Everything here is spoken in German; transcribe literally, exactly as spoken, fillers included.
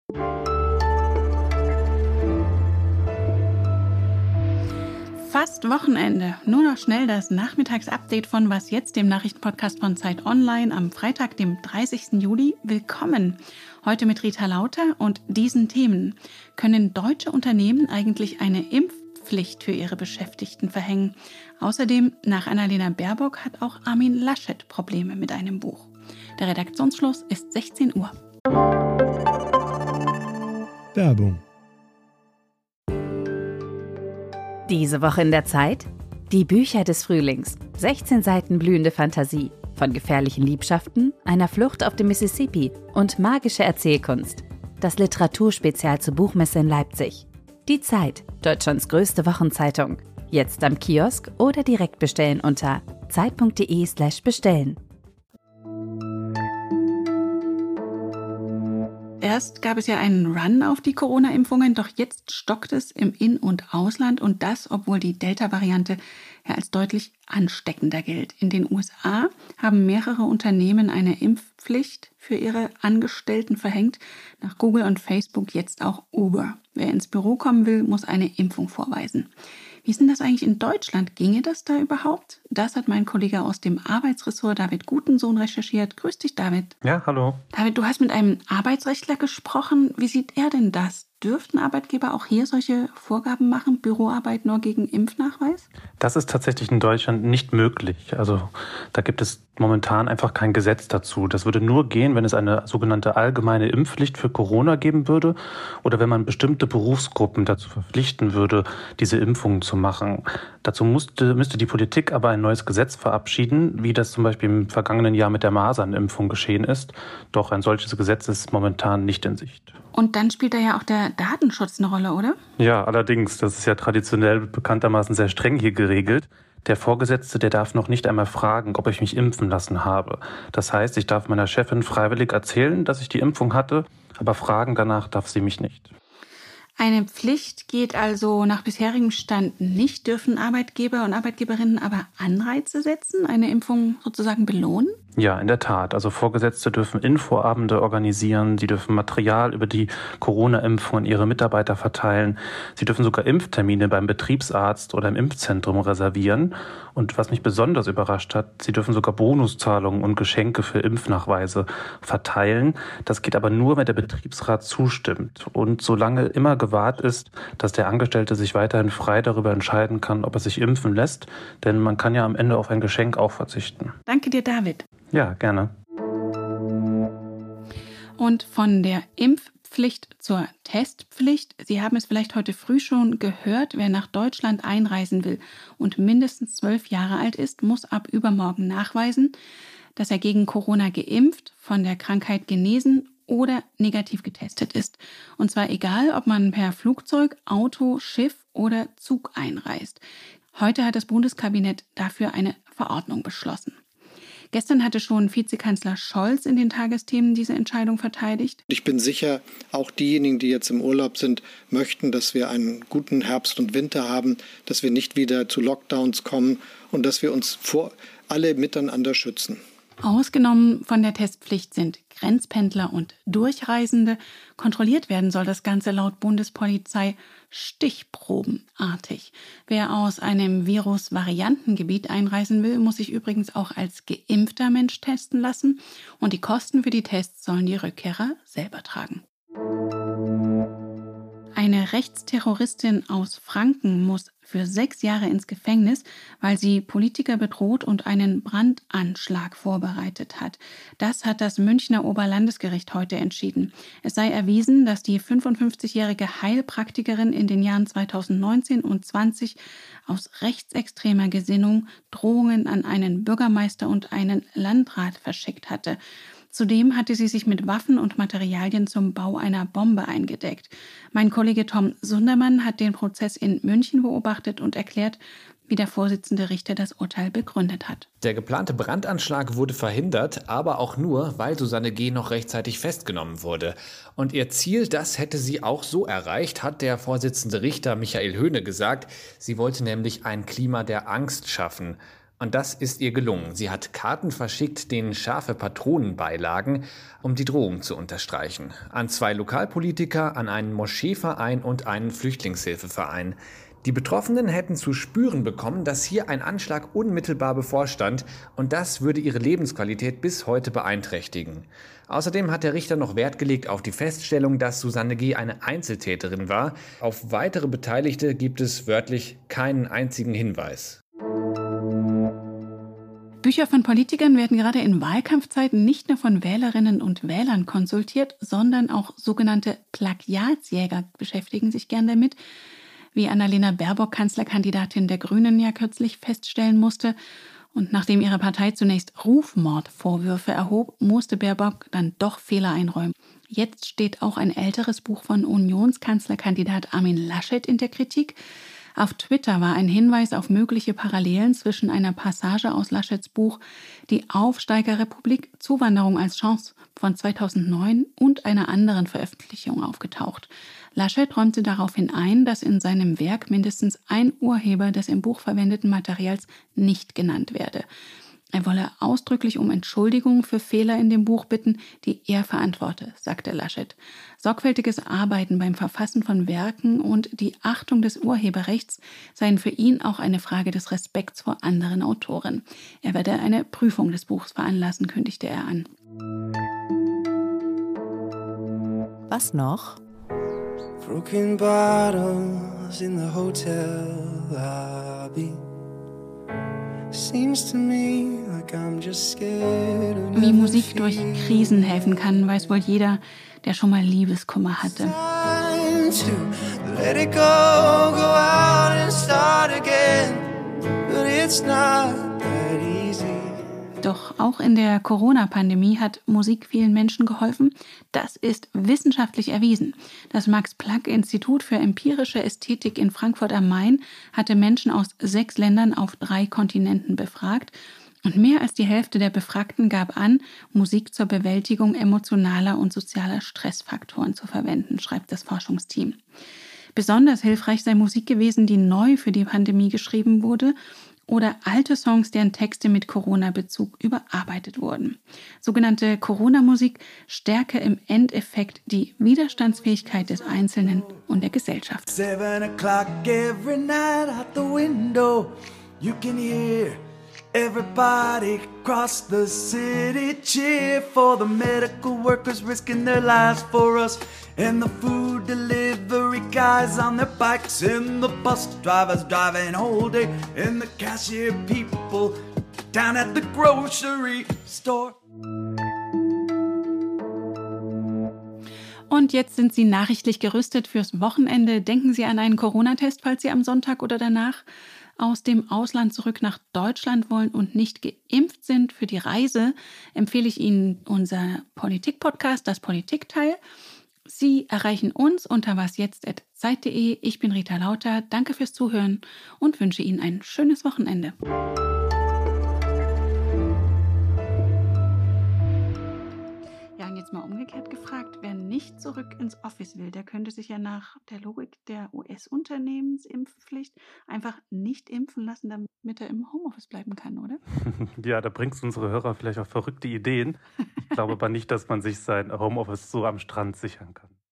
Fast Wochenende. Nur noch schnell das Nachmittagsupdate von Was jetzt, dem Nachrichtenpodcast von Zeit Online am Freitag, dem dreißigsten Juli. Willkommen. Heute mit Rita Lauter und diesen Themen. Können deutsche Unternehmen eigentlich eine Impfpflicht für ihre Beschäftigten verhängen? Außerdem, nach Annalena Baerbock hat auch Armin Laschet Probleme mit einem Buch. Der Redaktionsschluss ist sechzehn Uhr. Werbung. Diese Woche in der Zeit? Die Bücher des Frühlings. sechzehn Seiten blühende Fantasie. Von gefährlichen Liebschaften, einer Flucht auf dem Mississippi und magische Erzählkunst. Das Literaturspezial zur Buchmesse in Leipzig. Die Zeit, Deutschlands größte Wochenzeitung. Jetzt am Kiosk oder direkt bestellen unter zeit.de slash bestellen. Erst gab es ja einen Run auf die Corona-Impfungen, doch jetzt stockt es im In- und Ausland und das, obwohl die Delta-Variante ja als deutlich ansteckender gilt. In den U S A haben mehrere Unternehmen eine Impfpflicht für ihre Angestellten verhängt, nach Google und Facebook jetzt auch Uber. Wer ins Büro kommen will, muss eine Impfung vorweisen. Wie ist denn das eigentlich in Deutschland? Ginge das da überhaupt? Das hat mein Kollege aus dem Arbeitsressort David Gutensohn recherchiert. Grüß dich, David. Ja, hallo. David, du hast mit einem Arbeitsrechtler gesprochen. Wie sieht er denn das? Dürften Arbeitgeber auch hier solche Vorgaben machen? Büroarbeit nur gegen Impfnachweis? Das ist tatsächlich in Deutschland nicht möglich. Also da gibt es momentan einfach kein Gesetz dazu. Das würde nur gehen, wenn es eine sogenannte allgemeine Impfpflicht für Corona geben würde oder wenn man bestimmte Berufsgruppen dazu verpflichten würde, diese Impfungen zu machen. Dazu musste, müsste die Politik aber ein neues Gesetz verabschieden, wie das zum Beispiel im vergangenen Jahr mit der Masernimpfung geschehen ist. Doch ein solches Gesetz ist momentan nicht in Sicht. Und dann spielt da ja auch der Datenschutz eine Rolle, oder? Ja, allerdings. Das ist ja traditionell bekanntermaßen sehr streng hier geregelt. Der Vorgesetzte, der darf noch nicht einmal fragen, ob ich mich impfen lassen habe. Das heißt, ich darf meiner Chefin freiwillig erzählen, dass ich die Impfung hatte, aber fragen danach darf sie mich nicht. Eine Pflicht geht also nach bisherigem Stand nicht, dürfen Arbeitgeber und Arbeitgeberinnen aber Anreize setzen, eine Impfung sozusagen belohnen? Ja, in der Tat. Also Vorgesetzte dürfen Infoabende organisieren, sie dürfen Material über die Corona-Impfung an ihre Mitarbeiter verteilen, sie dürfen sogar Impftermine beim Betriebsarzt oder im Impfzentrum reservieren. Und was mich besonders überrascht hat, sie dürfen sogar Bonuszahlungen und Geschenke für Impfnachweise verteilen. Das geht aber nur, wenn der Betriebsrat zustimmt und solange immer gewahrt ist, dass der Angestellte sich weiterhin frei darüber entscheiden kann, ob er sich impfen lässt, denn man kann ja am Ende auf ein Geschenk auch verzichten. Danke dir, David. Ja, gerne. Und von der Impfpflicht zur Testpflicht. Sie haben es vielleicht heute früh schon gehört. Wer nach Deutschland einreisen will und mindestens zwölf Jahre alt ist, muss ab übermorgen nachweisen, dass er gegen Corona geimpft, von der Krankheit genesen oder negativ getestet ist. Und zwar egal, ob man per Flugzeug, Auto, Schiff oder Zug einreist. Heute hat das Bundeskabinett dafür eine Verordnung beschlossen. Gestern hatte schon Vizekanzler Scholz in den Tagesthemen diese Entscheidung verteidigt. Ich bin sicher, auch diejenigen, die jetzt im Urlaub sind, möchten, dass wir einen guten Herbst und Winter haben, dass wir nicht wieder zu Lockdowns kommen und dass wir uns vor alle miteinander schützen. Ausgenommen von der Testpflicht sind Grenzpendler und Durchreisende. Kontrolliert werden soll das Ganze laut Bundespolizei stichprobenartig. Wer aus einem Virus-Variantengebiet einreisen will, muss sich übrigens auch als geimpfter Mensch testen lassen. Und die Kosten für die Tests sollen die Rückkehrer selber tragen. Eine Rechtsterroristin aus Franken muss für sechs Jahre ins Gefängnis, weil sie Politiker bedroht und einen Brandanschlag vorbereitet hat. Das hat das Münchner Oberlandesgericht heute entschieden. Es sei erwiesen, dass die fünfundfünfzigjährige Heilpraktikerin in den Jahren zweitausendneunzehn und zwanzig aus rechtsextremer Gesinnung Drohungen an einen Bürgermeister und einen Landrat verschickt hatte. Zudem hatte sie sich mit Waffen und Materialien zum Bau einer Bombe eingedeckt. Mein Kollege Tom Sundermann hat den Prozess in München beobachtet und erklärt, wie der Vorsitzende Richter das Urteil begründet hat. Der geplante Brandanschlag wurde verhindert, aber auch nur, weil Susanne G. noch rechtzeitig festgenommen wurde. Und ihr Ziel, das hätte sie auch so erreicht, hat der Vorsitzende Richter Michael Höhne gesagt. Sie wollte nämlich ein Klima der Angst schaffen. Und das ist ihr gelungen. Sie hat Karten verschickt, denen scharfe Patronen beilagen, um die Drohung zu unterstreichen. An zwei Lokalpolitiker, an einen Moscheeverein und einen Flüchtlingshilfeverein. Die Betroffenen hätten zu spüren bekommen, dass hier ein Anschlag unmittelbar bevorstand und das würde ihre Lebensqualität bis heute beeinträchtigen. Außerdem hat der Richter noch Wert gelegt auf die Feststellung, dass Susanne G. eine Einzeltäterin war. Auf weitere Beteiligte gibt es wörtlich keinen einzigen Hinweis. Bücher von Politikern werden gerade in Wahlkampfzeiten nicht nur von Wählerinnen und Wählern konsultiert, sondern auch sogenannte Plagiatsjäger beschäftigen sich gern damit. Wie Annalena Baerbock, Kanzlerkandidatin der Grünen, ja kürzlich feststellen musste. Und nachdem ihre Partei zunächst Rufmordvorwürfe erhob, musste Baerbock dann doch Fehler einräumen. Jetzt steht auch ein älteres Buch von Unionskanzlerkandidat Armin Laschet in der Kritik. Auf Twitter war ein Hinweis auf mögliche Parallelen zwischen einer Passage aus Laschets Buch Die Aufsteigerrepublik, Zuwanderung als Chance von zweitausendneun und einer anderen Veröffentlichung aufgetaucht. Laschet räumte daraufhin ein, dass in seinem Werk mindestens ein Urheber des im Buch verwendeten Materials nicht genannt werde. Er wolle ausdrücklich um Entschuldigung für Fehler in dem Buch bitten, die er verantworte, sagte Laschet. Sorgfältiges Arbeiten beim Verfassen von Werken und die Achtung des Urheberrechts seien für ihn auch eine Frage des Respekts vor anderen Autoren. Er werde eine Prüfung des Buchs veranlassen, kündigte er an. Was noch? Broken bottles in the hotel lobby. Seems to me like I'm just scared of Wie Musik durch Krisen helfen kann, weiß wohl jeder, der schon mal Liebeskummer hatte. time to let it go, go out and start again. But it's not that easy. Doch auch in der Corona-Pandemie hat Musik vielen Menschen geholfen. Das ist wissenschaftlich erwiesen. Das Max-Planck-Institut für empirische Ästhetik in Frankfurt am Main hatte Menschen aus sechs Ländern auf drei Kontinenten befragt. Und mehr als die Hälfte der Befragten gab an, Musik zur Bewältigung emotionaler und sozialer Stressfaktoren zu verwenden, schreibt das Forschungsteam. Besonders hilfreich sei Musik gewesen, die neu für die Pandemie geschrieben wurde, oder alte Songs, deren Texte mit Corona-Bezug überarbeitet wurden. Sogenannte Corona-Musik stärke im Endeffekt die Widerstandsfähigkeit des Einzelnen und der Gesellschaft. Seven o'clock every night out the window. You can hear everybody across the city cheer for the medical workers risking their lives for us, and the food delivery guys on their bikes, and the bus drivers driving all day, and the cashier people down at the grocery store. Und jetzt sind Sie nachrichtlich gerüstet fürs Wochenende. Denken Sie an einen Corona-Test, falls Sie am Sonntag oder danach aus dem Ausland zurück nach Deutschland wollen und nicht geimpft sind. Für die Reise empfehle ich Ihnen unser Politik-Podcast, das Politikteil. Sie erreichen uns unter wasjetzt punkt zeit punkt de. Ich bin Rita Lauter. Danke fürs Zuhören und wünsche Ihnen ein schönes Wochenende. Ja, und jetzt mal umgekehrt gefragt, wer nicht zurück ins Office will, der könnte sich ja nach der Logik der U S-Unternehmensimpfpflicht einfach nicht impfen lassen, damit er im Homeoffice bleiben kann, oder? Ja, da bringst du unsere Hörer vielleicht auf verrückte Ideen. Ich glaube aber nicht, dass man sich sein Homeoffice so am Strand sichern kann.